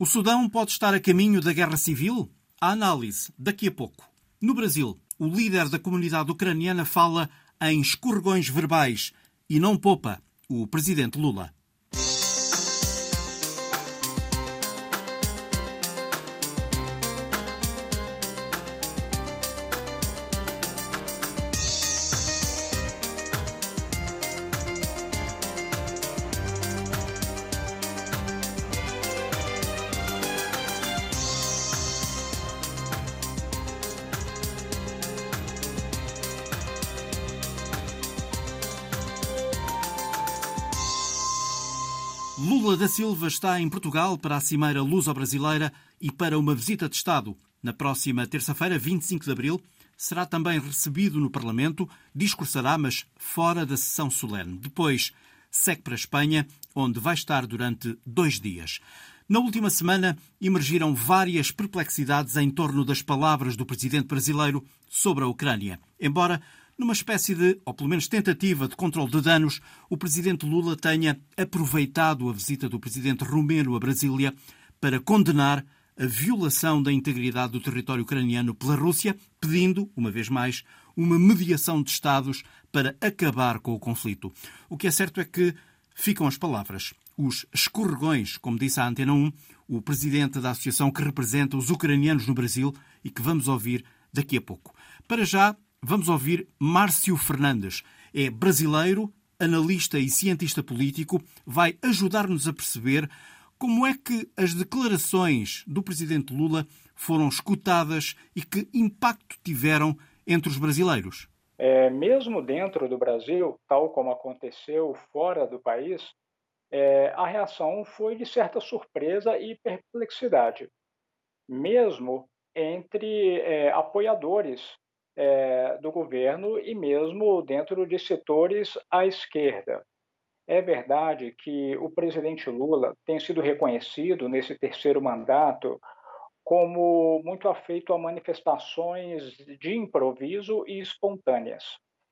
O Sudão pode estar a caminho da guerra civil? A análise daqui a pouco. No Brasil, o líder da comunidade ucraniana fala em escorregões verbais e não poupa o presidente Lula. Lula da Silva está em Portugal para a Cimeira Luso-Brasileira e para uma visita de Estado. Na próxima terça-feira, 25 de abril, será também recebido no Parlamento, discursará, mas fora da sessão solene. Depois, segue para a Espanha, onde vai estar durante 2 dias. Na última semana, emergiram várias perplexidades em torno das palavras do presidente brasileiro sobre a Ucrânia. Embora numa espécie de, ou pelo menos tentativa de controle de danos, o presidente Lula tenha aproveitado a visita do presidente romeno a Brasília para condenar a violação da integridade do território ucraniano pela Rússia, pedindo, uma vez mais, uma mediação de Estados para acabar com o conflito. O que é certo é que ficam as palavras. Os escorregões, como disse a Antena 1, o presidente da associação que representa os ucranianos no Brasil e que vamos ouvir daqui a pouco. Para já, vamos ouvir Márcio Fernandes. É brasileiro, analista e cientista político. Vai ajudar-nos a perceber como é que as declarações do presidente Lula foram escutadas e que impacto tiveram entre os brasileiros. Mesmo dentro do Brasil, tal como aconteceu fora do país, a reação foi de certa surpresa e perplexidade, mesmo entre apoiadores do governo e mesmo dentro de setores à esquerda. É verdade que o presidente Lula tem sido reconhecido nesse terceiro mandato como muito afeito a manifestações de improviso e espontâneas.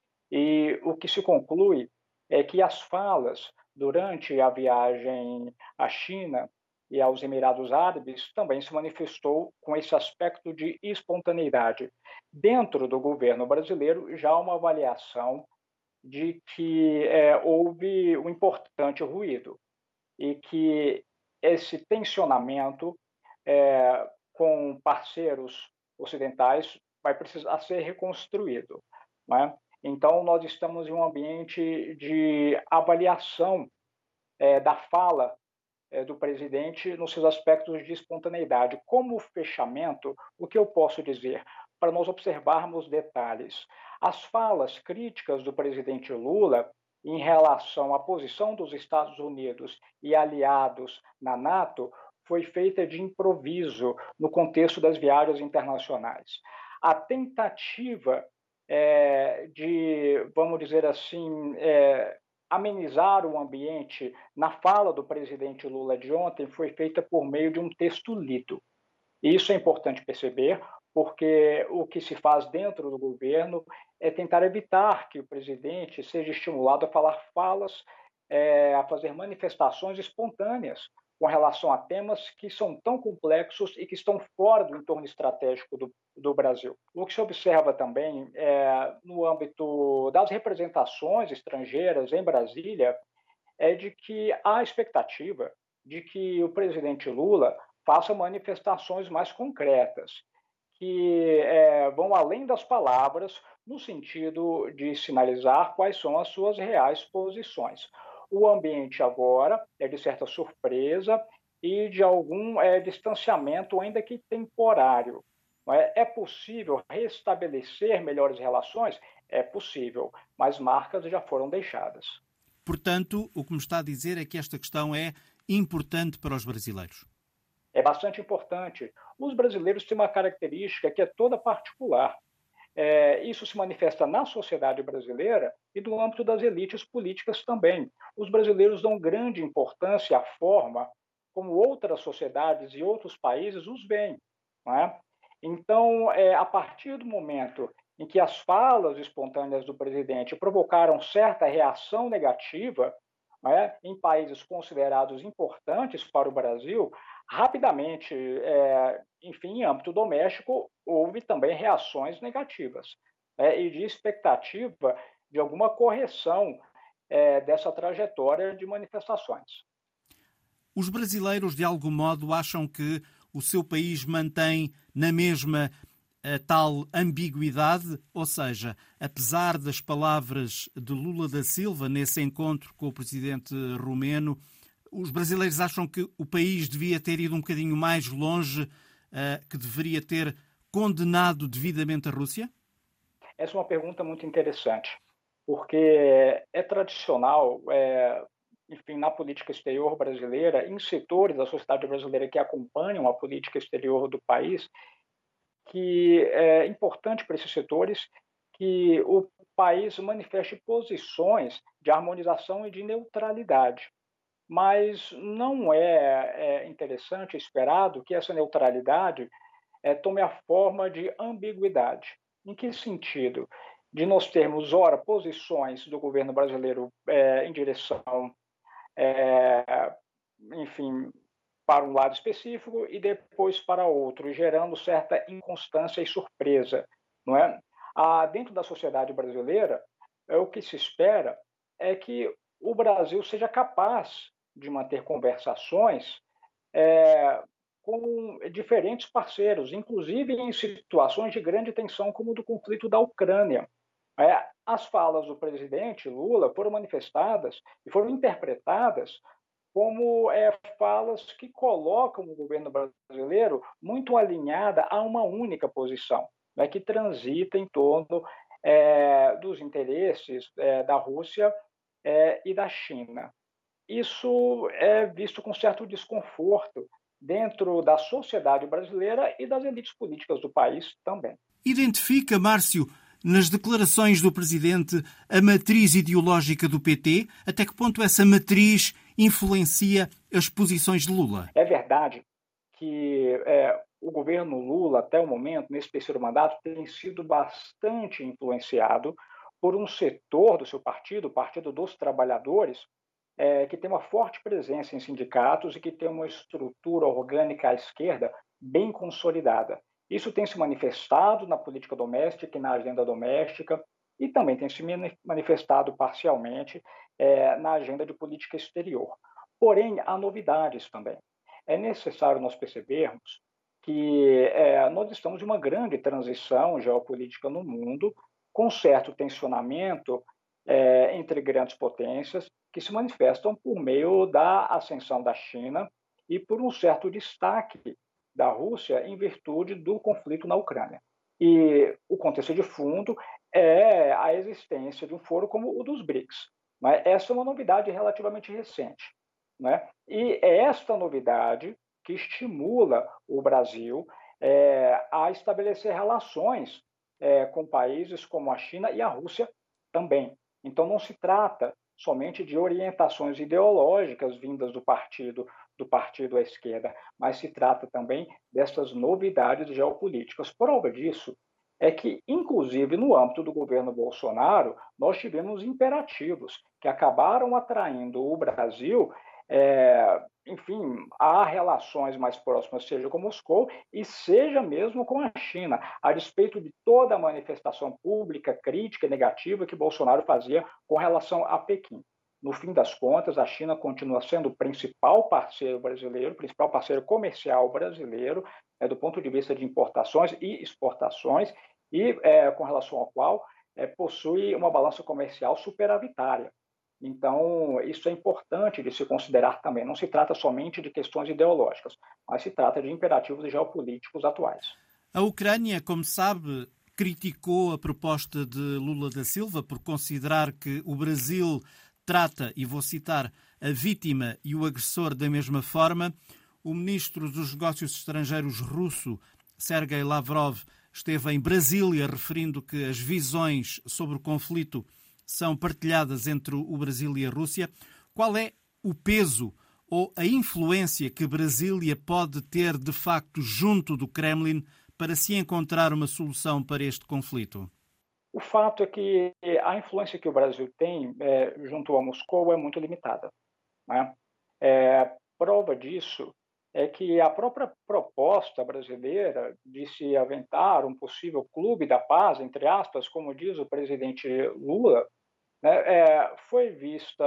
E o que se conclui é que as falas durante a viagem à China e aos Emirados Árabes também se manifestou com esse aspecto de espontaneidade. Dentro do governo brasileiro, já há uma avaliação de que houve um importante ruído e que esse tensionamento com parceiros ocidentais vai precisar ser reconstruído, né? Então, nós estamos em um ambiente de avaliação da fala do presidente nos seus aspectos de espontaneidade. Como fechamento, o que eu posso dizer? Para nós observarmos detalhes. As falas críticas do presidente Lula em relação à posição dos Estados Unidos e aliados na NATO foi feita de improviso no contexto das viagens internacionais. A tentativa de, vamos dizer assim, amenizar o ambiente na fala do presidente Lula de ontem foi feita por meio de um texto lido. Isso é importante perceber, porque o que se faz dentro do governo é tentar evitar que o presidente seja estimulado a falar falas, a fazer manifestações espontâneas com relação a temas que são tão complexos e que estão fora do entorno estratégico do Brasil. O que se observa também no âmbito das representações estrangeiras em Brasília é de que há expectativa de que o presidente Lula faça manifestações mais concretas, que vão além das palavras, no sentido de sinalizar quais são as suas reais posições. O ambiente agora é de certa surpresa e de algum distanciamento, ainda que temporário. É possível restabelecer melhores relações? É possível, mas marcas já foram deixadas. Portanto, o que me está a dizer é que esta questão é importante para os brasileiros. É bastante importante. Os brasileiros têm uma característica que é toda particular. Isso se manifesta na sociedade brasileira e no âmbito das elites políticas também. Os brasileiros dão grande importância à forma como outras sociedades e outros países os veem, não é? Então, a partir do momento em que as falas espontâneas do presidente provocaram certa reação negativa, não é, em países considerados importantes para o Brasil, Rapidamente, enfim, em âmbito doméstico, houve também reações negativas, né, e de expectativa de alguma correção dessa trajetória de manifestações. Os brasileiros, de algum modo, acham que o seu país mantém na mesma a tal ambiguidade, ou seja, apesar das palavras de Lula da Silva nesse encontro com o presidente romeno, os brasileiros acham que o país devia ter ido um bocadinho mais longe, que deveria ter condenado devidamente a Rússia? Essa é uma pergunta muito interessante, porque é tradicional, enfim, na política exterior brasileira, em setores da sociedade brasileira que acompanham a política exterior do país, que é importante para esses setores que o país manifeste posições de harmonização e de neutralidade. Mas não é interessante, esperado, que essa neutralidade tome a forma de ambiguidade. Em que sentido? De nós termos, ora, posições do governo brasileiro em direção, enfim, para um lado específico e depois para outro, gerando certa inconstância e surpresa, não é? Dentro da sociedade brasileira, o que se espera é que o Brasil seja capaz de manter conversações com diferentes parceiros, inclusive em situações de grande tensão, como o do conflito da Ucrânia. As falas do presidente Lula foram manifestadas e foram interpretadas como falas que colocam o governo brasileiro muito alinhada a uma única posição, né, que transita em torno dos interesses da Rússia e da China. Isso é visto com certo desconforto dentro da sociedade brasileira e das elites políticas do país também. Identifica, Márcio, nas declarações do presidente, a matriz ideológica do PT? Até que ponto essa matriz influencia as posições de Lula? É verdade que o governo Lula, até o momento, nesse terceiro mandato, tem sido bastante influenciado por um setor do seu partido, o Partido dos Trabalhadores, que tem uma forte presença em sindicatos e que tem uma estrutura orgânica à esquerda bem consolidada. Isso tem se manifestado na política doméstica e na agenda doméstica e também tem se manifestado parcialmente na agenda de política exterior. Porém, há novidades também. É necessário nós percebermos que nós estamos em uma grande transição geopolítica no mundo, com certo tensionamento entre grandes potências, que se manifestam por meio da ascensão da China e por um certo destaque da Rússia em virtude do conflito na Ucrânia. E o contexto de fundo é a existência de um foro como o dos BRICS. Né? Essa é uma novidade relativamente recente. Né? E é esta novidade que estimula o Brasil a estabelecer relações com países como a China e a Rússia também. Então, não se trata somente de orientações ideológicas vindas do partido à esquerda, mas se trata também dessas novidades geopolíticas. Prova disso é que, inclusive no âmbito do governo Bolsonaro, nós tivemos imperativos que acabaram atraindo o Brasil enfim, há relações mais próximas, seja com Moscou e seja mesmo com a China, a despeito de toda a manifestação pública, crítica e negativa que Bolsonaro fazia com relação a Pequim. No fim das contas, a China continua sendo o principal parceiro brasileiro, principal parceiro comercial brasileiro, do ponto de vista de importações e exportações, e com relação ao qual possui uma balança comercial superavitária. Então, isso é importante de se considerar também. Não se trata somente de questões ideológicas, mas se trata de imperativos geopolíticos atuais. A Ucrânia, como sabe, criticou a proposta de Lula da Silva por considerar que o Brasil trata, e vou citar, a vítima e o agressor da mesma forma. O ministro dos Negócios Estrangeiros russo, Sergei Lavrov, esteve em Brasília referindo que as visões sobre o conflito são partilhadas entre o Brasil e a Rússia. Qual é o peso ou a influência que Brasília pode ter, de facto, junto do Kremlin para se encontrar uma solução para este conflito? O fato é que a influência que o Brasil tem junto a Moscou é muito limitada. Né? Prova disso é que a própria proposta brasileira de se aventar um possível clube da paz, entre aspas, como diz o presidente Lula, né, foi vista,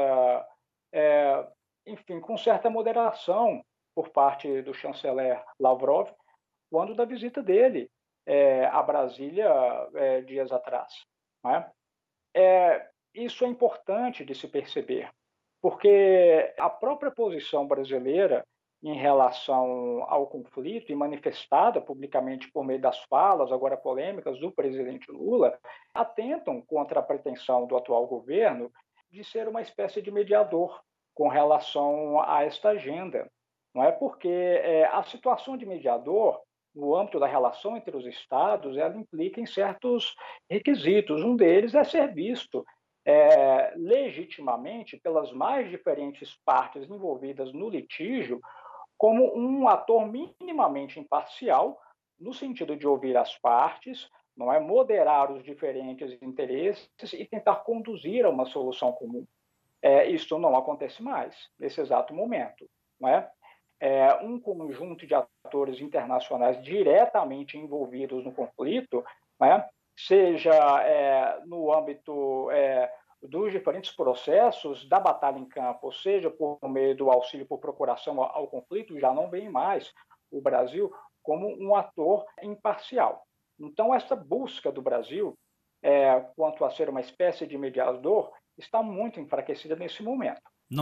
é, enfim, com certa moderação por parte do chanceler Lavrov quando da visita dele a Brasília dias atrás. Né? Isso é importante de se perceber, porque a própria posição brasileira em relação ao conflito e manifestada publicamente por meio das falas, agora polêmicas, do presidente Lula, atentam contra a pretensão do atual governo de ser uma espécie de mediador com relação a esta agenda. Não é porque a situação de mediador, no âmbito da relação entre os Estados, ela implica em certos requisitos. Um deles é ser visto legitimamente pelas mais diferentes partes envolvidas no litígio como um ator minimamente imparcial, no sentido de ouvir as partes, não é moderar os diferentes interesses e tentar conduzir a uma solução comum. Isso não acontece mais nesse exato momento, não é? Um conjunto de atores internacionais diretamente envolvidos no conflito, né, seja no âmbito dos diferentes processos da batalha em campo, seja por meio do auxílio por procuração ao conflito, já não vem mais o Brasil como um ator imparcial. Então, essa busca do Brasil quanto a ser uma espécie de mediador está muito enfraquecida nesse momento.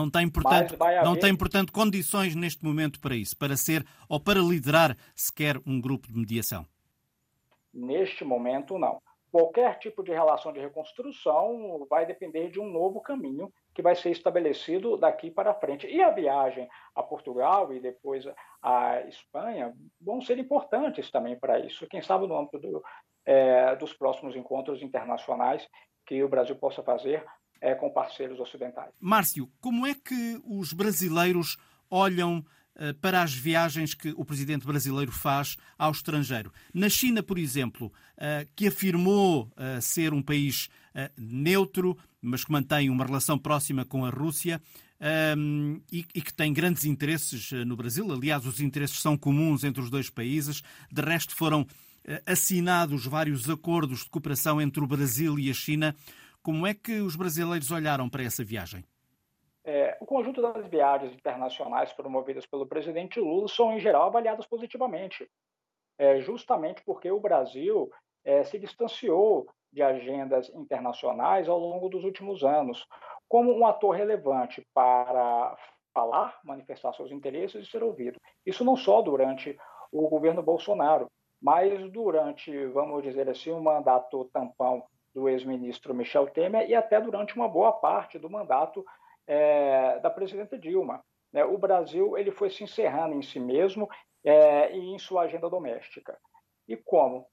Não tem, portanto, condições neste momento para isso, para ser ou para liderar sequer um grupo de mediação? Neste momento, não. Qualquer tipo de relação de reconstrução vai depender de um novo caminho que vai ser estabelecido daqui para frente. E a viagem a Portugal e depois a Espanha vão ser importantes também para isso. Quem sabe no âmbito dos próximos encontros internacionais que o Brasil possa fazer com parceiros ocidentais. Márcio, como é que os brasileiros olham para as viagens que o presidente brasileiro faz ao estrangeiro? Na China, por exemplo, que afirmou ser um país neutro, mas que mantém uma relação próxima com a Rússia e que tem grandes interesses no Brasil. Aliás, os interesses são comuns entre os dois países. De resto, foram assinados vários acordos de cooperação entre o Brasil e a China. Como é que os brasileiros olharam para essa viagem? O conjunto das viagens internacionais promovidas pelo presidente Lula são, em geral, avaliadas positivamente, justamente porque o Brasil se distanciou de agendas internacionais ao longo dos últimos anos, como um ator relevante para falar, manifestar seus interesses e ser ouvido. Isso não só durante o governo Bolsonaro, mas durante, vamos dizer assim, o mandato tampão do ex-ministro Michel Temer e até durante uma boa parte do mandato da presidenta Dilma. O Brasil ele foi se encerrando em si mesmo e em sua agenda doméstica. E como?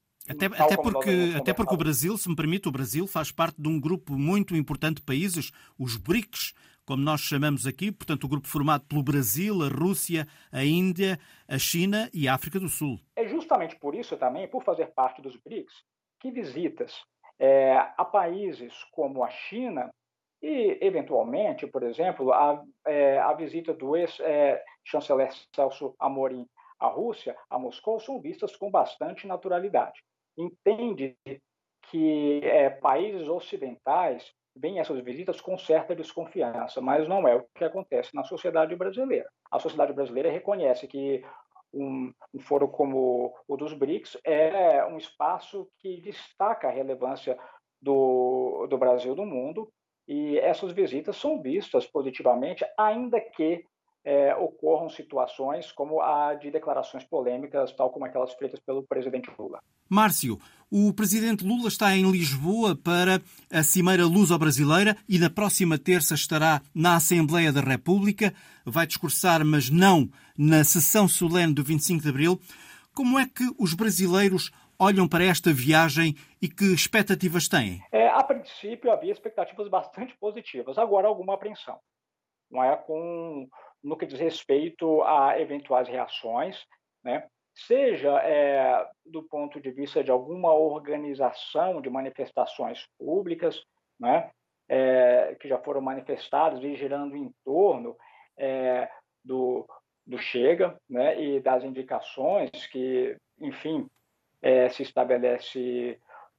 Até porque o Brasil, se me permite, o Brasil faz parte de um grupo muito importante de países, os BRICS, como nós chamamos aqui, portanto o grupo formado pelo Brasil, a Rússia, a Índia, a China e a África do Sul. É justamente por isso também, por fazer parte dos BRICS, que visitas a países como a China e, eventualmente, por exemplo, a visita do ex-chanceler Celso Amorim à Rússia, a Moscou, são vistas com bastante naturalidade. Entende que países ocidentais veem essas visitas com certa desconfiança, mas não é o que acontece na sociedade brasileira. A sociedade brasileira reconhece que um foro como o dos BRICS é um espaço que destaca a relevância do Brasil no mundo e essas visitas são vistas positivamente, ainda que ocorram situações como a de declarações polêmicas, tal como aquelas feitas pelo presidente Lula. Márcio, o presidente Lula está em Lisboa para a Cimeira Luso-Brasileira e na próxima terça estará na Assembleia da República. Vai discursar, mas não na sessão solene do 25 de Abril. Como é que os brasileiros olham para esta viagem e que expectativas têm? A princípio, havia expectativas bastante positivas. Agora, alguma apreensão. Não é no que diz respeito a eventuais reações, né? Seja do ponto de vista de alguma organização de manifestações públicas, né? Que já foram manifestadas e girando em torno do do Chega, né, e das indicações que, enfim, se estabelece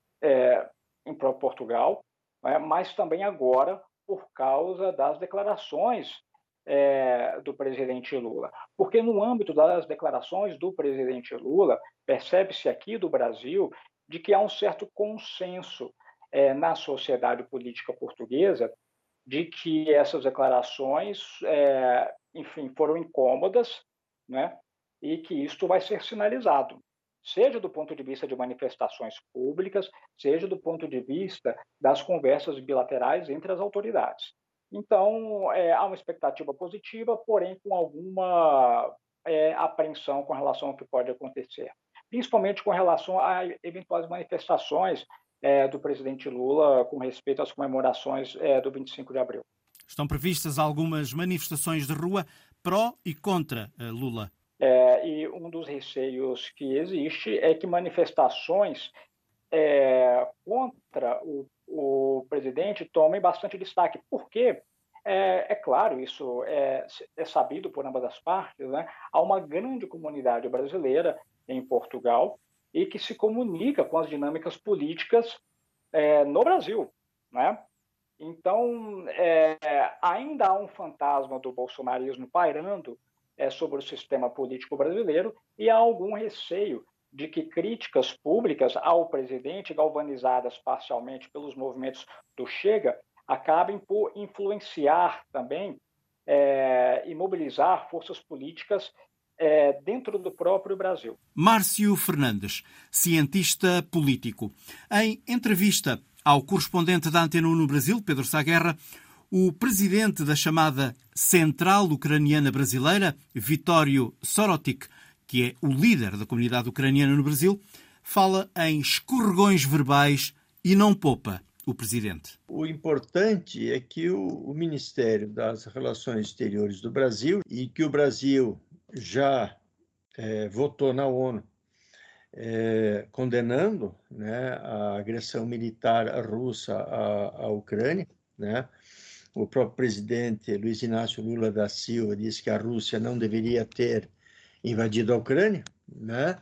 em Portugal, né, mas também agora por causa das declarações do presidente Lula. Porque no âmbito das declarações do presidente Lula, percebe-se aqui do Brasil de que há um certo consenso na sociedade política portuguesa de que essas declarações, enfim, foram incômodas, né? E que isto vai ser sinalizado, seja do ponto de vista de manifestações públicas, seja do ponto de vista das conversas bilaterais entre as autoridades. Então, há uma expectativa positiva, porém com alguma apreensão com relação ao que pode acontecer, principalmente com relação a eventuais manifestações do presidente Lula com respeito às comemorações do 25 de abril. Estão previstas algumas manifestações de rua pró e contra Lula. E um dos receios que existe é que manifestações contra o presidente tomem bastante destaque. Por quê? Claro, isso é sabido por ambas as partes, né? Há uma grande comunidade brasileira em Portugal e que se comunica com as dinâmicas políticas no Brasil, né? Então, ainda há um fantasma do bolsonarismo pairando sobre o sistema político brasileiro e há algum receio de que críticas públicas ao presidente, galvanizadas parcialmente pelos movimentos do Chega, acabem por influenciar também e mobilizar forças políticas dentro do próprio Brasil. Márcio Fernandes, cientista político. Em entrevista ao correspondente da Antena 1 no Brasil, Pedro Sá Guerra, o presidente da chamada Central Ucraniana Brasileira, Vitório Sorotik, que é o líder da comunidade ucraniana no Brasil, fala em escorregões verbais e não poupa o presidente. O importante é que o Ministério das Relações Exteriores do Brasil, e que o Brasil já votou na ONU condenando, né, a agressão militar russa à Ucrânia, né? O próprio presidente Luiz Inácio Lula da Silva disse que a Rússia não deveria ter invadido a Ucrânia, né?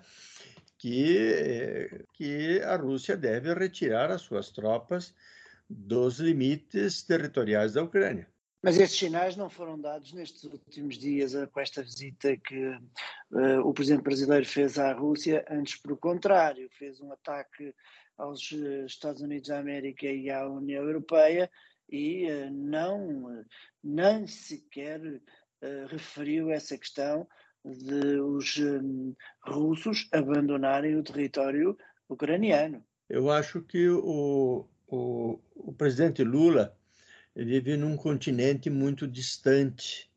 Que a Rússia deve retirar as suas tropas dos limites territoriais da Ucrânia. Mas estes sinais não foram dados nestes últimos dias com esta visita que o presidente brasileiro fez à Rússia, antes, pelo contrário, fez um ataque aos Estados Unidos da América e à União Europeia e não sequer referiu essa questão de os russos abandonarem o território ucraniano. Eu acho que o presidente Lula vive num continente muito distante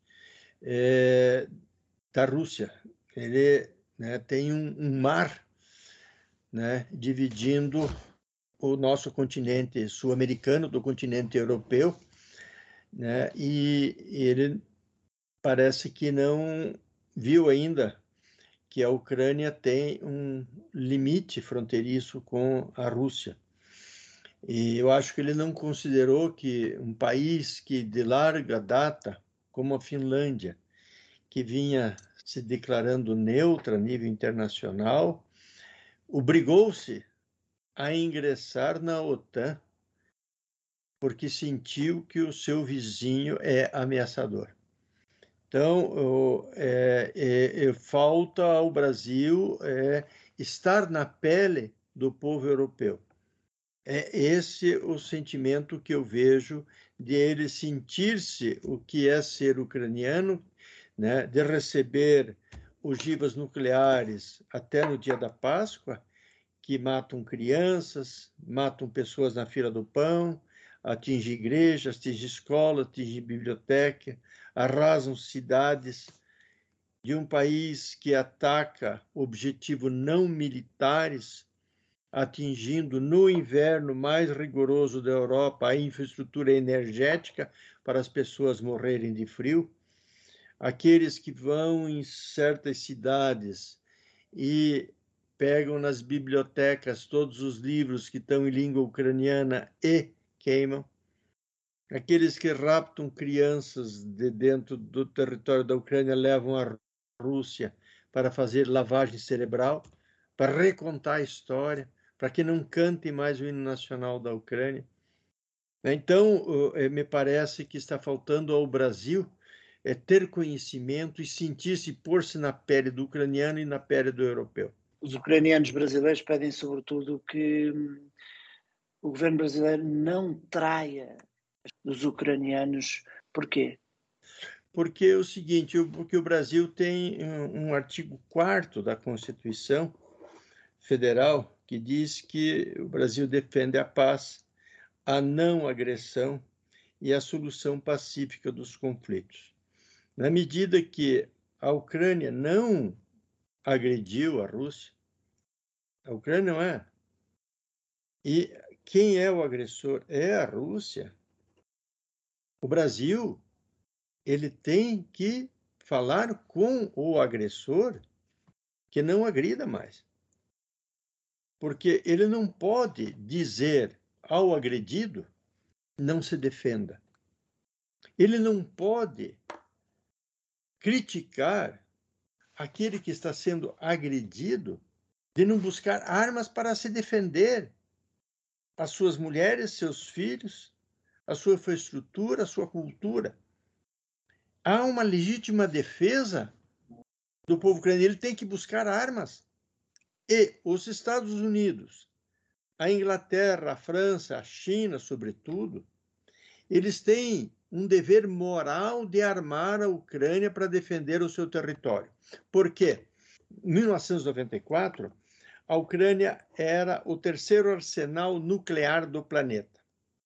da Rússia. Ele, né, tem um mar, né, dividindo o nosso continente sul-americano do continente europeu, né, e ele parece que não viu ainda que a Ucrânia tem um limite fronteiriço com a Rússia. E eu acho que ele não considerou que um país que de larga data, como a Finlândia, que vinha se declarando neutra a nível internacional, obrigou-se a ingressar na OTAN porque sentiu que o seu vizinho é ameaçador. Então, falta ao Brasil estar na pele do povo europeu. É esse o sentimento que eu vejo de ele sentir-se o que é ser ucraniano, né, de receber ogivas nucleares até no dia da Páscoa, que matam crianças, matam pessoas na fila do pão, atingem igrejas, atingem escola, atingem biblioteca, arrasam cidades, de um país que ataca objetivos não militares, atingindo no inverno mais rigoroso da Europa a infraestrutura energética para as pessoas morrerem de frio. Aqueles que vão em certas cidades e pegam nas bibliotecas todos os livros que estão em língua ucraniana e queimam. Aqueles que raptam crianças de dentro do território da Ucrânia, levam à Rússia para fazer lavagem cerebral, para recontar a história, para que não cante mais o hino nacional da Ucrânia. Então, me parece que está faltando ao Brasil ter conhecimento e sentir-se, pôr-se na pele do ucraniano e na pele do europeu. Os ucranianos brasileiros pedem, sobretudo, que o governo brasileiro não traia os ucranianos. Porquê? Porque é o seguinte, porque o Brasil tem um artigo 4º da Constituição Federal que diz que o Brasil defende a paz, a não agressão e a solução pacífica dos conflitos. Na medida que a Ucrânia não agrediu a Rússia, a Ucrânia não é. E quem é o agressor? É a Rússia. O Brasil, ele tem que falar com o agressor que não agrida mais. Porque ele não pode dizer ao agredido, não se defenda. Ele não pode criticar aquele que está sendo agredido de não buscar armas para se defender. As suas mulheres, seus filhos, a sua infraestrutura, a sua cultura. Há uma legítima defesa do povo ucraniano. Ele tem que buscar armas. E os Estados Unidos, a Inglaterra, a França, a China, sobretudo, eles têm um dever moral de armar a Ucrânia para defender o seu território. Por quê? Em 1994, a Ucrânia era o terceiro arsenal nuclear do planeta.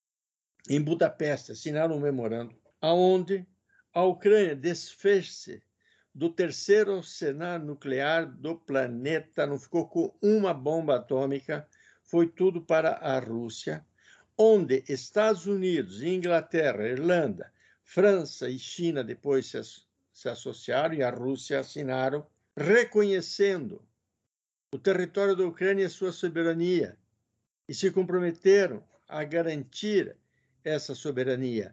Em Budapeste, assinaram um memorando, onde a Ucrânia desfez-se do terceiro arsenal nuclear do planeta, não ficou com uma bomba atômica, foi tudo para a Rússia, onde Estados Unidos, Inglaterra, Irlanda, França e China depois se associaram e a Rússia assinaram, reconhecendo o território da Ucrânia e sua soberania, e se comprometeram a garantir essa soberania.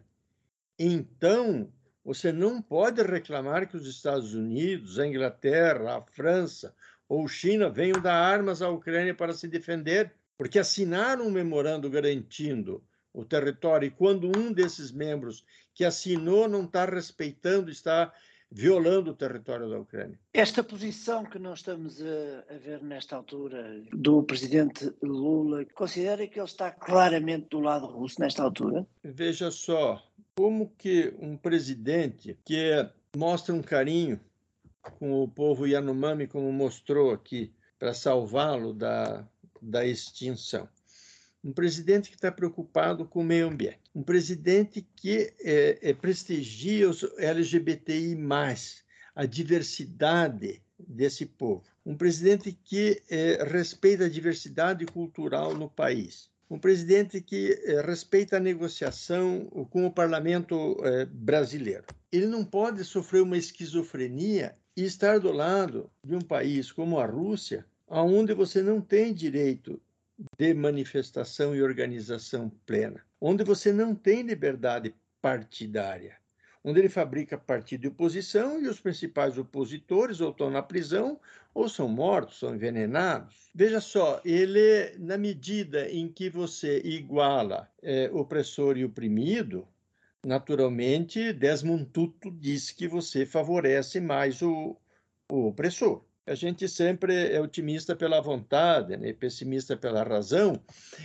Então, você não pode reclamar que os Estados Unidos, a Inglaterra, a França ou China venham dar armas à Ucrânia para se defender, porque assinaram um memorando garantindo o território, e quando um desses membros que assinou não está respeitando, está violando o território da Ucrânia. Esta posição que nós estamos a ver nesta altura do presidente Lula, considera que ele está claramente do lado russo nesta altura? Veja só, como que um presidente que mostra um carinho com o povo Yanomami, como mostrou aqui, para salvá-lo da extinção. Um presidente que está preocupado com o meio ambiente. Um presidente que prestigia os LGBTI+, a diversidade desse povo. Um presidente que respeita a diversidade cultural no país. Um presidente que respeita a negociação com o parlamento brasileiro. Ele não pode sofrer uma esquizofrenia e estar do lado de um país como a Rússia, onde você não tem direito de manifestação e organização plena, onde você não tem liberdade partidária, onde ele fabrica partido de oposição e os principais opositores ou estão na prisão ou são mortos, são envenenados. Veja só, ele, na medida em que você iguala opressor e oprimido, naturalmente, Desmond Tutu diz que você favorece mais o opressor. A gente sempre é otimista pela vontade, né? Pessimista pela razão.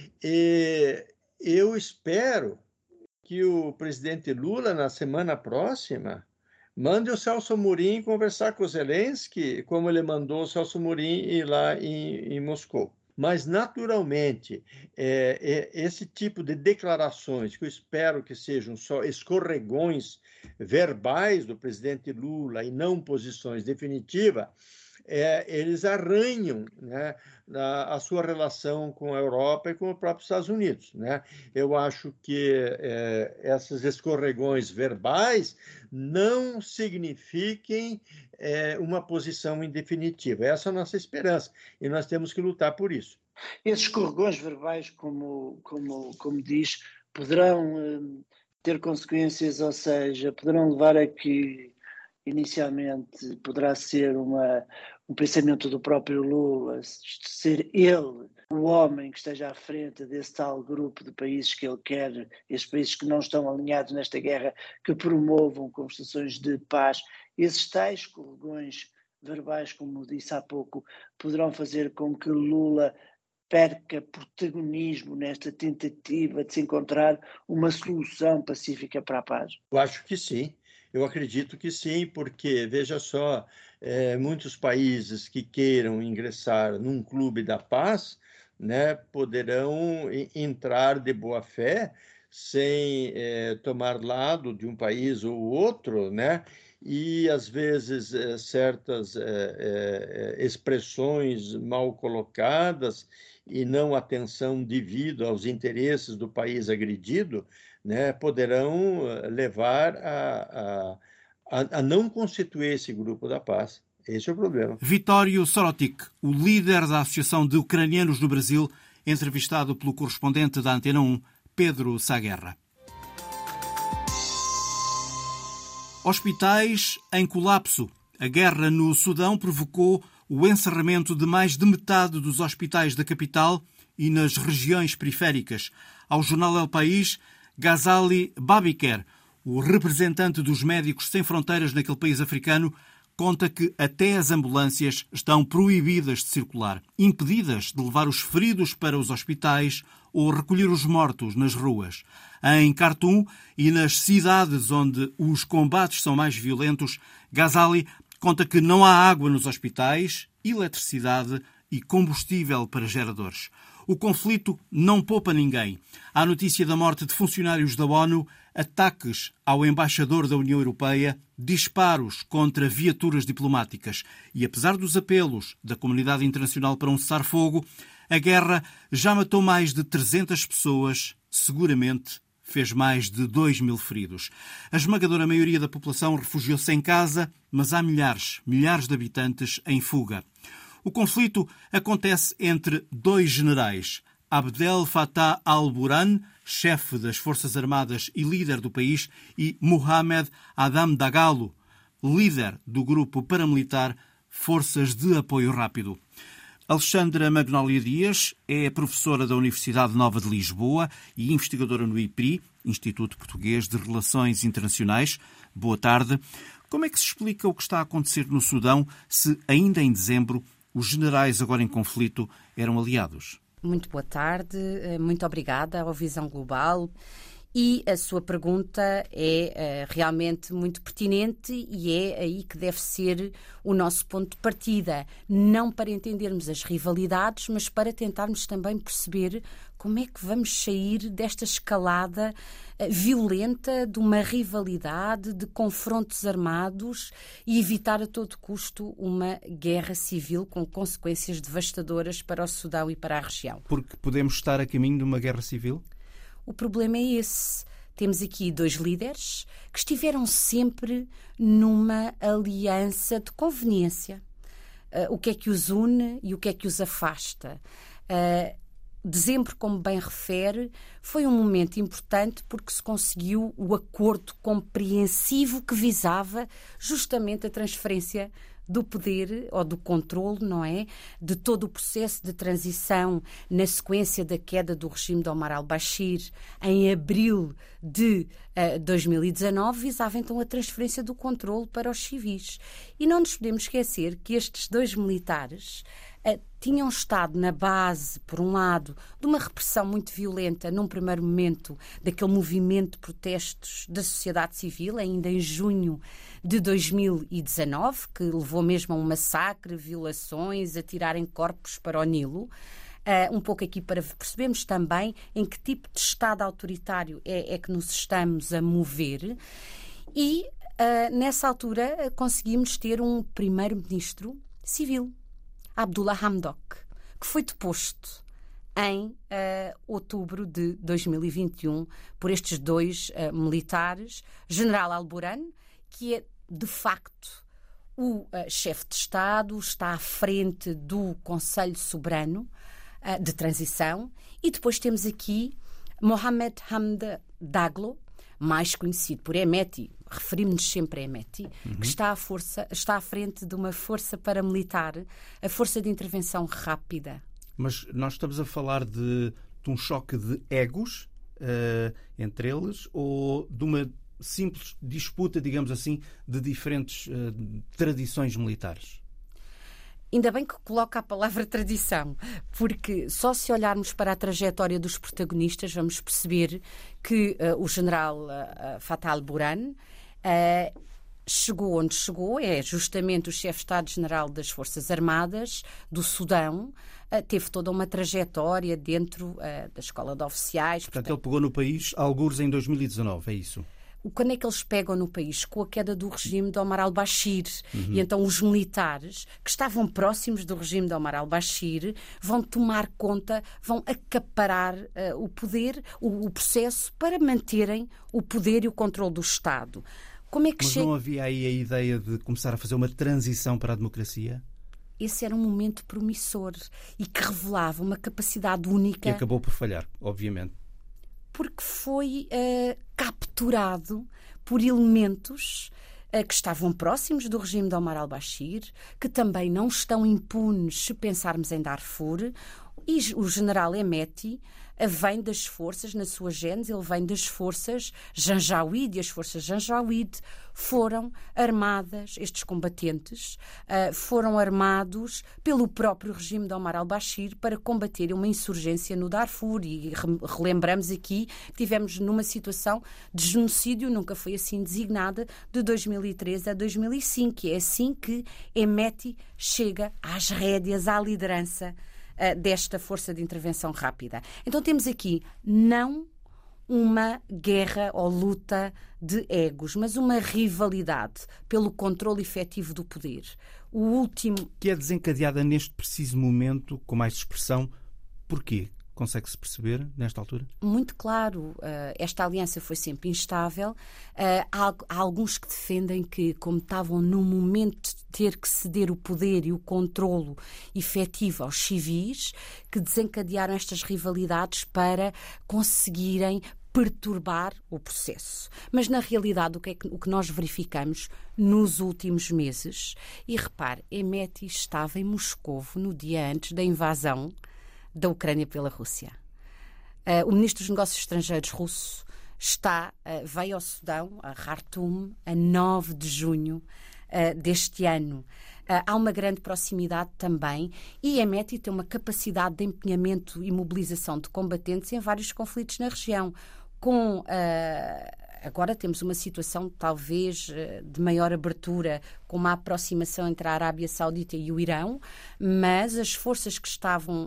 E eu espero que o presidente Lula, na semana próxima, mande o Celso Amorim conversar com o Zelensky, como ele mandou o Celso Amorim ir lá em Moscou. Mas, naturalmente, esse tipo de declarações, que eu espero que sejam só escorregões verbais do presidente Lula e não posições definitivas, eles arranham, né, a sua relação com a Europa e com os próprios Estados Unidos, né? Eu acho que esses escorregões verbais não signifiquem uma posição indefinitiva. Essa é a nossa esperança e nós temos que lutar por isso. Esses escorregões verbais, como diz, poderão ter consequências, ou seja, poderão levar a que inicialmente poderá ser um pensamento do próprio Lula, ser ele o homem que esteja à frente desse tal grupo de países que ele quer, esses países que não estão alinhados nesta guerra, que promovam conversações de paz. Esses tais colegões verbais, como disse há pouco, poderão fazer com que Lula perca protagonismo nesta tentativa de se encontrar uma solução pacífica para a paz? Eu acho que sim. Eu acredito que sim, porque, veja só, muitos países que queiram ingressar num clube da paz, né, poderão entrar de boa fé, sem tomar lado de um país ou outro, né? E, às vezes, certas expressões mal colocadas e não atenção devida aos interesses do país agredido, né, poderão levar a não constituir esse grupo da paz. Esse é o problema. Vitório Sorotik, o líder da Associação de Ucranianos no Brasil, entrevistado pelo correspondente da Antena 1, Pedro Sá Guerra. Hospitais em colapso. A guerra no Sudão provocou o encerramento de mais de metade dos hospitais da capital e nas regiões periféricas. Ao jornal El País, Ghazali Babiker, o representante dos Médicos Sem Fronteiras naquele país africano, conta que até as ambulâncias estão proibidas de circular, impedidas de levar os feridos para os hospitais ou recolher os mortos nas ruas. Em Khartoum e nas cidades onde os combates são mais violentos, Ghazali conta que não há água nos hospitais, eletricidade e combustível para geradores. O conflito não poupa ninguém. Há notícia da morte de funcionários da ONU, ataques ao embaixador da União Europeia, disparos contra viaturas diplomáticas. E apesar dos apelos da comunidade internacional para um cessar-fogo, a guerra já matou mais de 300 pessoas, seguramente fez mais de 2.000 feridos. A esmagadora maioria da população refugiou-se em casa, mas há milhares de habitantes em fuga. O conflito acontece entre dois generais, Abdel Fattah al-Burhan, chefe das Forças Armadas e líder do país, e Mohamed Adam Dagalo, líder do grupo paramilitar Forças de Apoio Rápido. Alexandra Magnólia Dias é professora da Universidade Nova de Lisboa e investigadora no IPRI, Instituto Português de Relações Internacionais. Boa tarde. Como é que se explica o que está a acontecer no Sudão se, ainda em dezembro, os generais agora em conflito eram aliados? Muito boa tarde, muito obrigada ao Visão Global. E a sua pergunta é realmente muito pertinente e é aí que deve ser o nosso ponto de partida. Não para entendermos as rivalidades, mas para tentarmos também perceber como é que vamos sair desta escalada violenta de uma rivalidade, de confrontos armados e evitar a todo custo uma guerra civil com consequências devastadoras para o Sudão e para a região. Porque podemos estar a caminho de uma guerra civil? O problema é esse. Temos aqui dois líderes que estiveram sempre numa aliança de conveniência. O que é que os une e o que é que os afasta? Dezembro, como bem refere, foi um momento importante porque se conseguiu o acordo compreensivo que visava justamente a transferência do poder ou do controle, não é? De todo o processo de transição na sequência da queda do regime de Omar al-Bashir em abril de 2019, visava então a transferência do controle para os civis. E não nos podemos esquecer que estes dois militares tinham estado na base, por um lado, de uma repressão muito violenta, num primeiro momento, daquele movimento de protestos da sociedade civil, ainda em junho de 2019, que levou mesmo a um massacre, violações, a tirarem corpos para o Nilo. Um pouco aqui para percebermos também em que tipo de Estado autoritário é que nos estamos a mover. E, nessa altura, conseguimos ter um primeiro-ministro civil, Abdullah Hamdok, que foi deposto em outubro de 2021 por estes dois militares, General al-Burhan, que é de facto o chefe de Estado, está à frente do Conselho Soberano de Transição, e depois temos aqui Mohamed Hamdan Daglo, mais conhecido por Hemeti, referimos-nos sempre a Hemeti, que está à frente de uma força paramilitar, a Força de Intervenção Rápida. Mas nós estamos a falar de um choque de egos entre eles, ou de uma simples disputa, digamos assim, de diferentes tradições militares? Ainda bem que coloca a palavra tradição, porque só se olharmos para a trajetória dos protagonistas vamos perceber que o general Fatah al-Burhan chegou onde chegou, é justamente o chefe de Estado-Geral das Forças Armadas do Sudão, teve toda uma trajetória dentro da Escola de Oficiais. Portanto, ele pegou no país algures em 2019, é isso? Quando é que eles pegam no país? Com a queda do regime de Omar al-Bashir. E então os militares que estavam próximos do regime de Omar al-Bashir vão tomar conta, vão acaparar o poder, o processo, para manterem o poder e o controle do Estado. Como é que Mas não havia aí a ideia de começar a fazer uma transição para a democracia? Esse era um momento promissor e que revelava uma capacidade única. Que acabou por falhar, obviamente. Porque foi capturado por elementos que estavam próximos do regime de Omar al-Bashir, que também não estão impunes se pensarmos em Darfur. E o general Hemeti vem das forças, na sua gênese, ele vem das forças Janjaweed, e as forças Janjaweed foram armadas, estes combatentes foram armados pelo próprio regime de Omar al-Bashir para combater uma insurgência no Darfur. E relembramos aqui que tivemos numa situação de genocídio, nunca foi assim designada, de 2013 a 2005. E é assim que Hemeti chega às rédeas, à liderança desta força de intervenção rápida. Então temos aqui não uma guerra ou luta de egos, mas uma rivalidade pelo controle efetivo do poder. O último... Que é desencadeada neste preciso momento, com mais expressão. Porquê? Consegue-se perceber nesta altura? Muito claro. Esta aliança foi sempre instável. Há alguns que defendem que, como estavam no momento de ter que ceder o poder e o controlo efetivo aos civis, que desencadearam estas rivalidades para conseguirem perturbar o processo. Mas, na realidade, o que nós verificamos nos últimos meses, e repare, Hemeti estava em Moscovo no dia antes da invasão da Ucrânia pela Rússia. O ministro dos Negócios Estrangeiros russo veio ao Sudão, a Khartoum, a 9 de junho deste ano. Há uma grande proximidade também, e Hemeti tem uma capacidade de empenhamento e mobilização de combatentes em vários conflitos na região. Agora temos uma situação talvez de maior abertura, com uma aproximação entre a Arábia Saudita e o Irão, mas as forças que estavam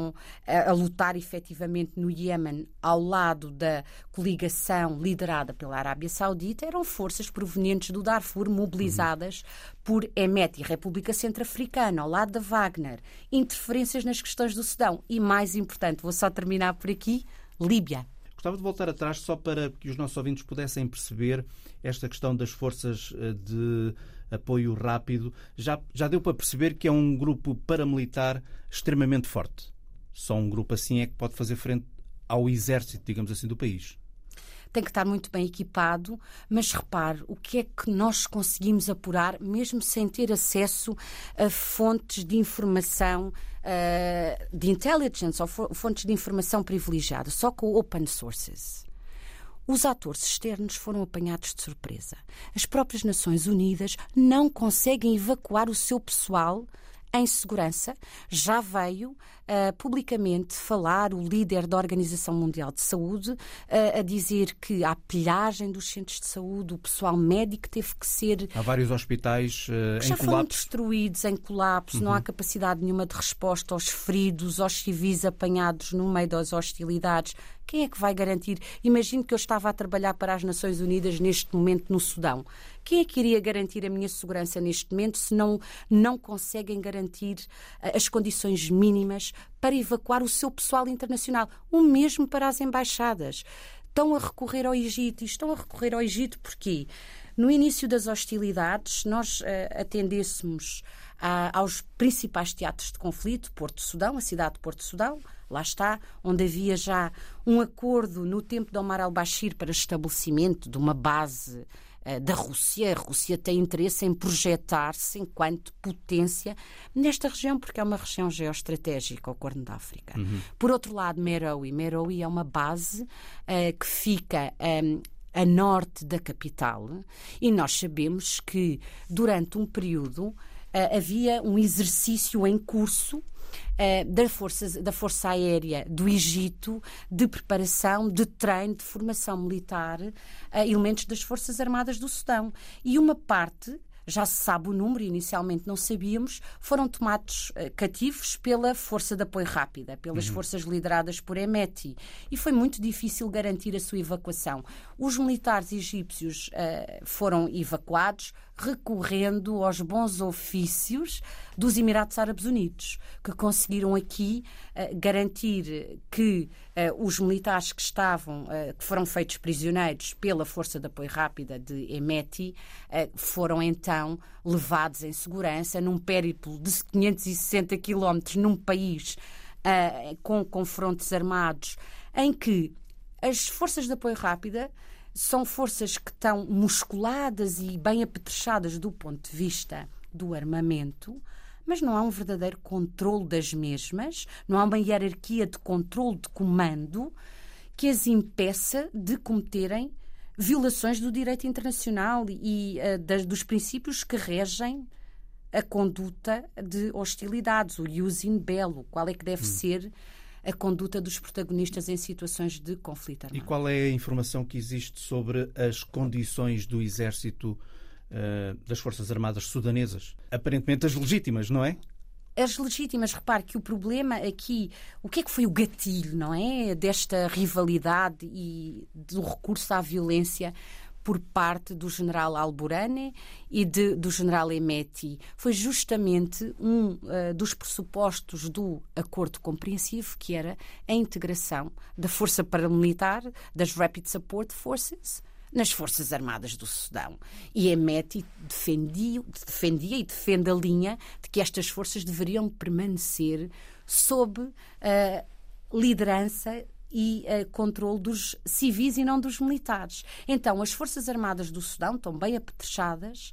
a lutar efetivamente no Iémen ao lado da coligação liderada pela Arábia Saudita eram forças provenientes do Darfur, mobilizadas por Hemeti, República Centro-Africana, ao lado da Wagner, interferências nas questões do Sudão e, mais importante, vou só terminar por aqui, Líbia. Gostava de voltar atrás só para que os nossos ouvintes pudessem perceber esta questão das forças de apoio rápido. Já deu para perceber que é um grupo paramilitar extremamente forte. Só um grupo assim é que pode fazer frente ao exército, digamos assim, do país. Tem que estar muito bem equipado, mas repare, o que é que nós conseguimos apurar, mesmo sem ter acesso a fontes de informação de intelligence ou fontes de informação privilegiada, só com open sources. Os atores externos foram apanhados de surpresa. As próprias Nações Unidas não conseguem evacuar o seu pessoal em segurança. Já veio publicamente falar o líder da Organização Mundial de Saúde a dizer que há pilhagem dos centros de saúde, o pessoal médico teve que ser... Há vários hospitais em já foram colapso. Destruídos, em colapso, não há capacidade nenhuma de resposta aos feridos, aos civis apanhados no meio das hostilidades. Quem é que vai garantir? Imagino que eu estava a trabalhar para as Nações Unidas neste momento no Sudão. Quem é que iria garantir a minha segurança neste momento se não conseguem garantir as condições mínimas para evacuar o seu pessoal internacional? O mesmo para as embaixadas. Estão a recorrer ao Egito. E estão a recorrer ao Egito porque no início das hostilidades nós atendêssemos aos principais teatros de conflito, Porto Sudão, a cidade de Porto Sudão, lá está, onde havia já um acordo no tempo de Omar al-Bashir para estabelecimento de uma base da Rússia. A Rússia tem interesse em projetar-se enquanto potência nesta região, porque é uma região geoestratégica, o Corno da África. Por outro lado, Meroe. Meroe é uma base que fica a norte da capital, e nós sabemos que durante um período havia um exercício em curso da Força Aérea do Egito de preparação, de treino, de formação militar, elementos das Forças Armadas do Sudão. E uma parte, já se sabe o número, inicialmente não sabíamos, foram tomados cativos pela Força de Apoio Rápida, pelas forças lideradas por Hemeti. E foi muito difícil garantir a sua evacuação. Os militares egípcios foram evacuados recorrendo aos bons ofícios dos Emirados Árabes Unidos, que conseguiram aqui garantir que os militares que foram feitos prisioneiros pela Força de Apoio Rápida de Hemeti foram então levados em segurança num périplo de 560 quilómetros num país com confrontos armados, em que as Forças de Apoio Rápida são forças que estão musculadas e bem apetrechadas do ponto de vista do armamento, mas não há um verdadeiro controle das mesmas, não há uma hierarquia de controle de comando que as impeça de cometerem violações do direito internacional e dos princípios que regem a conduta de hostilidades, o ius in bello, qual é que deve ser a conduta dos protagonistas em situações de conflito armado. E qual é a informação que existe sobre as condições do exército das Forças Armadas sudanesas? Aparentemente as legítimas, não é? As legítimas, repare que o problema aqui, o que é que foi o gatilho, não é? Desta rivalidade e do recurso à violência por parte do general Al-Burhani e do general Hemeti. Foi justamente um dos pressupostos do acordo compreensivo, que era a integração da força paramilitar, das Rapid Support Forces, nas Forças Armadas do Sudão. E Hemeti defendia e defende a linha de que estas forças deveriam permanecer sob liderança e controle dos civis e não dos militares. Então, as Forças Armadas do Sudão estão bem apetrechadas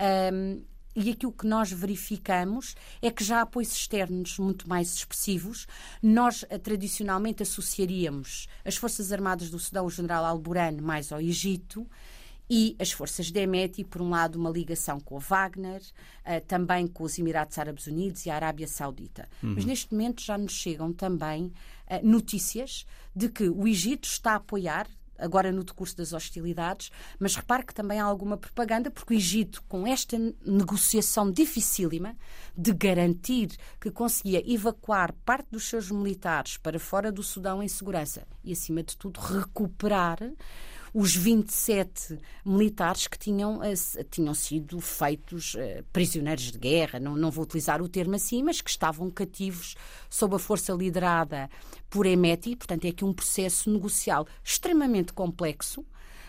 e aquilo que nós verificamos é que já há apoios externos muito mais expressivos. Nós, tradicionalmente, associaríamos as Forças Armadas do Sudão, o general Al-Burhani, mais ao Egito, e as forças de Hemeti, por um lado, uma ligação com o Wagner, também com os Emirados Árabes Unidos e a Arábia Saudita. Mas neste momento já nos chegam também notícias de que o Egito está a apoiar, agora no decurso das hostilidades, mas repare que também há alguma propaganda, porque o Egito, com esta negociação dificílima de garantir que conseguia evacuar parte dos seus militares para fora do Sudão em segurança e, acima de tudo, recuperar os 27 militares que tinham sido feitos prisioneiros de guerra, não vou utilizar o termo assim, mas que estavam cativos sob a força liderada por Hemeti. Portanto, é aqui um processo negocial extremamente complexo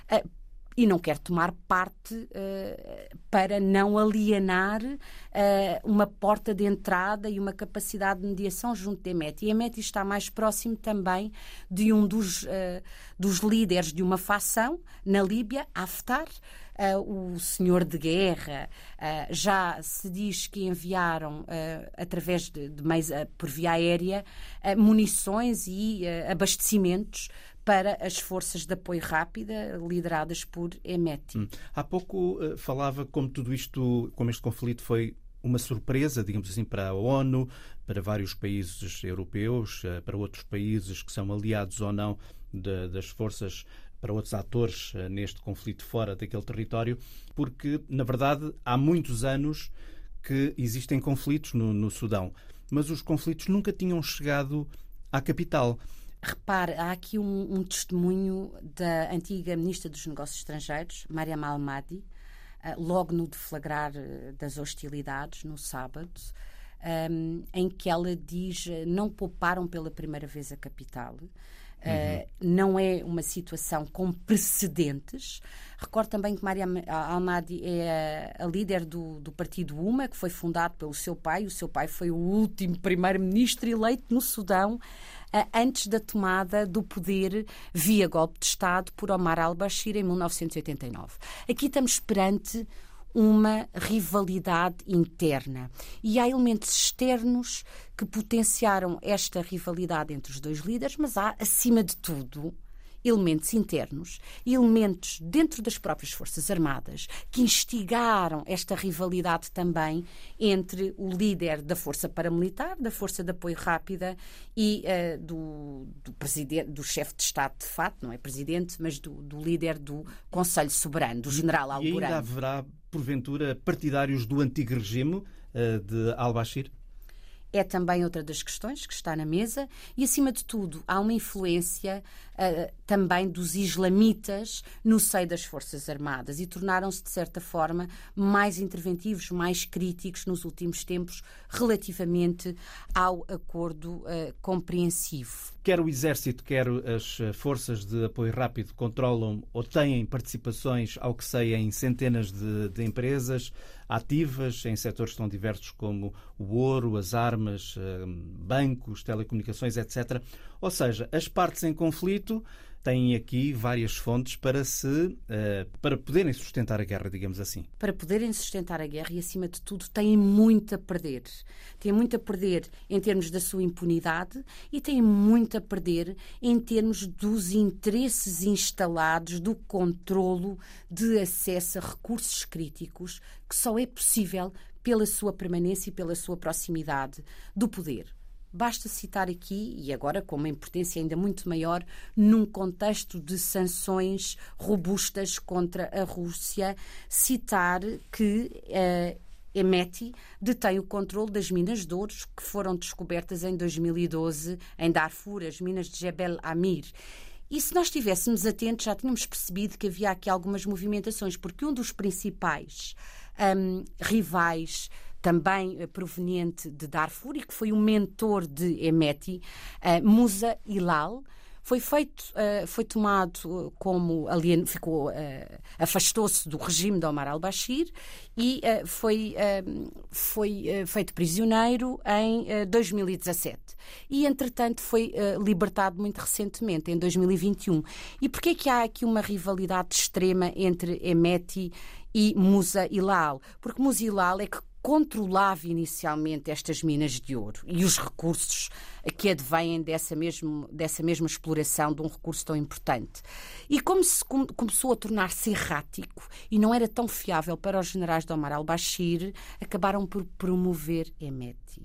e não quero tomar parte para não alienar uma porta de entrada e uma capacidade de mediação junto de Hemeti. E Hemeti está mais próximo também de um dos líderes de uma facção na Líbia, Haftar, o senhor de guerra. Já se diz que enviaram, através de meios, por via aérea, munições e abastecimentos para as forças de apoio rápida lideradas por Hemeti. Há pouco falava como este conflito foi uma surpresa, digamos assim, para a ONU, para vários países europeus, para outros países que são aliados ou não das forças, para outros atores neste conflito fora daquele território, porque, na verdade, há muitos anos que existem conflitos no Sudão, mas os conflitos nunca tinham chegado à capital. Repare, há aqui um testemunho da antiga Ministra dos Negócios Estrangeiros, Mariam Al-Mahdi, logo no deflagrar das hostilidades, no sábado, em que ela diz: não pouparam pela primeira vez a capital. Não é uma situação com precedentes. Recordo também que Maria Almadi é a líder do partido UMA, que foi fundado pelo seu pai. O seu pai foi o último primeiro-ministro eleito no Sudão antes da tomada do poder via golpe de Estado por Omar al-Bashir em 1989. Aqui estamos perante uma rivalidade interna. E há elementos externos que potenciaram esta rivalidade entre os dois líderes, mas há, acima de tudo, elementos internos e elementos dentro das próprias Forças Armadas que instigaram esta rivalidade também entre o líder da Força Paramilitar, da Força de Apoio Rápida e do presidente, do chefe de Estado de fato, não é presidente, mas do líder do Conselho Soberano, do general Al-Burhan. E ainda haverá, porventura, partidários do antigo regime de al-Bashir? É também outra das questões que está na mesa e, acima de tudo, há uma influência também dos islamitas no seio das Forças Armadas e tornaram-se, de certa forma, mais interventivos, mais críticos nos últimos tempos relativamente ao acordo compreensivo. Quer o Exército, quer as forças de apoio rápido controlam ou têm participações, ao que sei, em centenas de empresas ativas em setores tão diversos como o ouro, as armas, bancos, telecomunicações, etc. Ou seja, as partes em conflito têm aqui várias fontes para poderem sustentar a guerra, digamos assim. Para poderem sustentar a guerra e, acima de tudo, têm muito a perder. Têm muito a perder em termos da sua impunidade e têm muito a perder em termos dos interesses instalados, do controlo de acesso a recursos críticos, que só é possível pela sua permanência e pela sua proximidade do poder. Basta citar aqui, e agora com uma importância ainda muito maior, num contexto de sanções robustas contra a Rússia, citar que Hemeti detém o controle das minas de ouro que foram descobertas em 2012 em Darfur, as minas de Jebel Amir. E se nós estivéssemos atentos, já tínhamos percebido que havia aqui algumas movimentações, porque um dos principais rivais também proveniente de Darfur e que foi o mentor de Hemeti, Musa Hilal, foi tomado como afastou-se do regime de Omar al-Bashir e foi feito prisioneiro em 2017. E, entretanto, foi libertado muito recentemente, em 2021. E porquê que há aqui uma rivalidade extrema entre Hemeti e Musa Hilal? Porque Musa Hilal é que controlava inicialmente estas minas de ouro e os recursos que advêm dessa mesma exploração de um recurso tão importante. E como se começou a tornar-se errático e não era tão fiável para os generais de Omar al-Bashir, acabaram por promover Hemeti.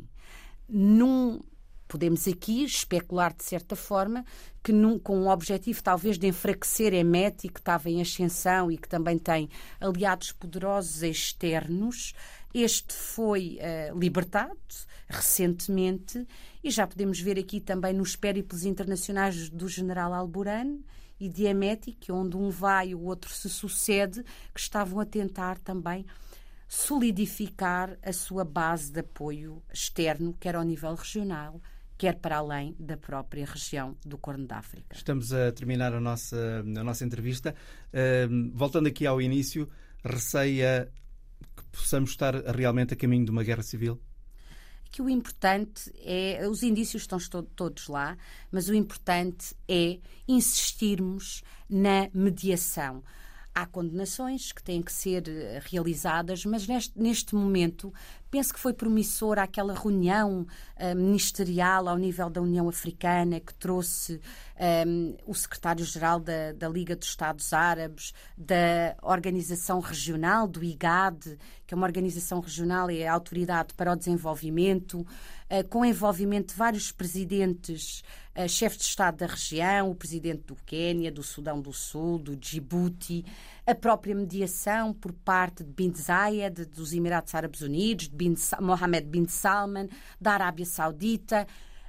Podemos aqui especular, de certa forma, que com o objetivo talvez de enfraquecer Hemeti, que estava em ascensão e que também tem aliados poderosos externos. Este foi libertado recentemente e já podemos ver aqui também nos périplos internacionais do general Al-Burhan e de Hemeti, que onde um vai o outro se sucede, que estavam a tentar também solidificar a sua base de apoio externo, quer ao nível regional, quer para além da própria região do Corno da África. Estamos a terminar a nossa entrevista. Voltando aqui ao início, receia que possamos estar realmente a caminho de uma guerra civil? Que o importante é, os indícios estão todos lá, mas o importante é insistirmos na mediação. Há condenações que têm que ser realizadas, mas neste momento penso que foi promissora aquela reunião ministerial ao nível da União Africana que trouxe o secretário-geral da Liga dos Estados Árabes, da Organização Regional, do IGAD, que é uma organização regional, é a Autoridade para o Desenvolvimento, com envolvimento de vários presidentes, chefes de Estado da região, o presidente do Quénia, do Sudão do Sul, do Djibouti, a própria mediação por parte de Bin Zayed, dos Emirados Árabes Unidos, de Mohammed bin Salman, da Arábia Saudita.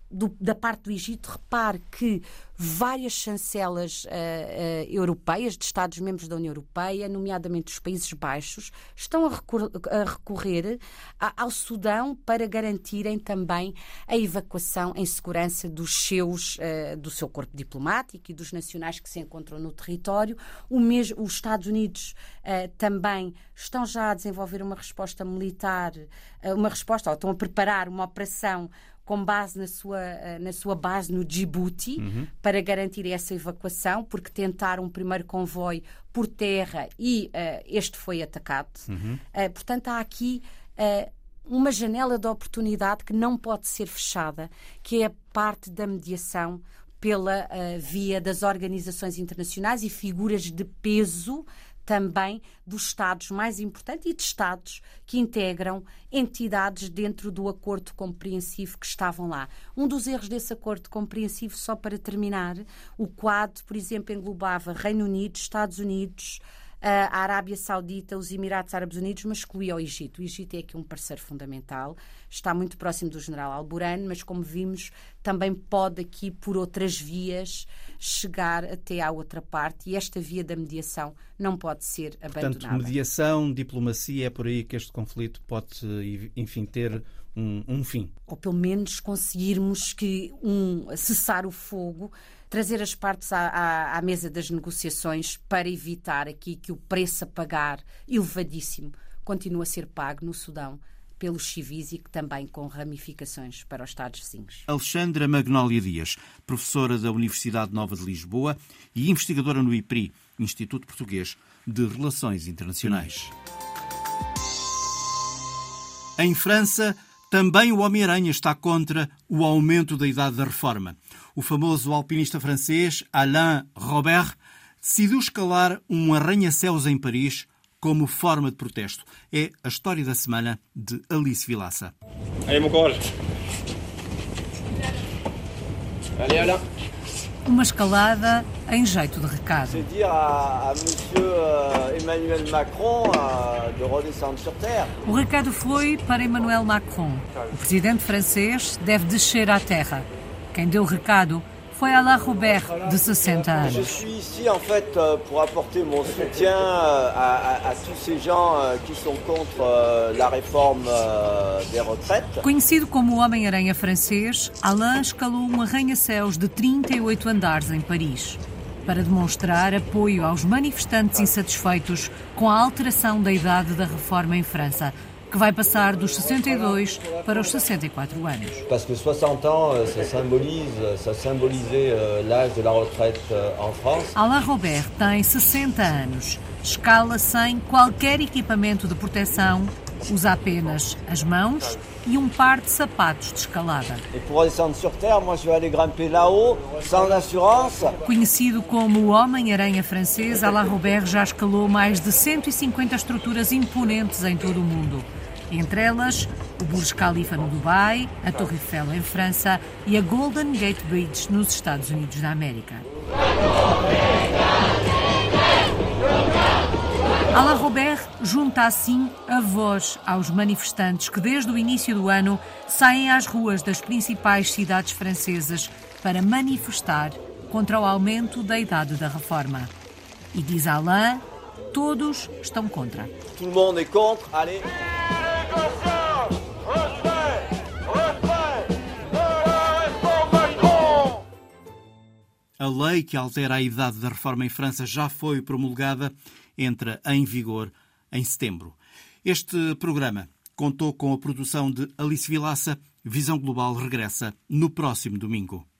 da parte do Egito, repare que várias chancelas europeias, de Estados-membros da União Europeia, nomeadamente os Países Baixos, estão a recorrer ao Sudão para garantirem também a evacuação em segurança do seu corpo diplomático e dos nacionais que se encontram no território. Os Estados Unidos também estão já a desenvolver uma resposta militar, ou estão a preparar uma operação com base na sua base no Djibouti, para garantir essa evacuação, porque tentaram um primeiro comboio por terra e este foi atacado. Portanto, há aqui uma janela de oportunidade que não pode ser fechada, que é a parte da mediação pela via das organizações internacionais e figuras de peso também dos Estados mais importantes e de Estados que integram entidades dentro do acordo compreensivo que estavam lá. Um dos erros desse acordo compreensivo, só para terminar, o Quad, por exemplo, englobava Reino Unido, Estados Unidos, a Arábia Saudita, os Emirados Árabes Unidos, mas excluía o Egito. O Egito é aqui um parceiro fundamental, está muito próximo do general Al-Burhan, mas como vimos, também pode aqui, por outras vias, chegar até à outra parte, e esta via da mediação não pode ser abandonada. Portanto, mediação, diplomacia, é por aí que este conflito pode, enfim, ter um fim. Ou pelo menos conseguirmos cessar o fogo, trazer as partes à mesa das negociações para evitar aqui que o preço a pagar, elevadíssimo, continue a ser pago no Sudão pelos civis e que também com ramificações para os Estados vizinhos. Alexandra Magnólia Dias, professora da Universidade Nova de Lisboa e investigadora no IPRI, Instituto Português de Relações Internacionais. Em França, também o Homem-Aranha está contra o aumento da idade da reforma. O famoso alpinista francês Alain Robert decidiu escalar um arranha-céus em Paris como forma de protesto. É a história da semana de Alice Vilaça. Allez, mon courage. Allez, Alain. Uma escalada em jeito de recado. C'est dire à monsieur Emmanuel Macron de redescendre sur terre. O recado foi para Emmanuel Macron. O presidente francês deve descer à terra. Quem deu o recado foi Alain Robert, de 60 anos. Je suis ici en fait pour apporter mon soutien à tous ces gens qui sont contre la réforme des retraites. Conhecido como o Homem-Aranha francês, Alain escalou um arranha-céus de 38 andares em Paris, para demonstrar apoio aos manifestantes insatisfeitos com a alteração da idade da reforma em França, que vai passar dos 62 para os 64 anos. Parce que 60 ans, ça symbolisait l'âge de la retraite en France. Alain Robert tem 60 anos, escala sem qualquer equipamento de proteção, usa apenas as mãos e um par de sapatos de escalada. Et pour redescendre sur terre, moi je vais aller grimper là-haut, sans assurance. Conhecido como o Homem-Aranha francês, Alain Robert já escalou mais de 150 estruturas imponentes em todo o mundo. Entre elas, o Burj Khalifa no Dubai, a Torre Eiffel em França e a Golden Gate Bridge nos Estados Unidos da América. Alain Robert junta assim a voz aos manifestantes que desde o início do ano saem às ruas das principais cidades francesas para manifestar contra o aumento da idade da reforma. E diz Alain, todos estão contra. Tout le monde est contre, allez. A lei que altera a idade da reforma em França já foi promulgada, entra em vigor em setembro. Este programa contou com a produção de Alice Vilaça. Visão Global regressa no próximo domingo.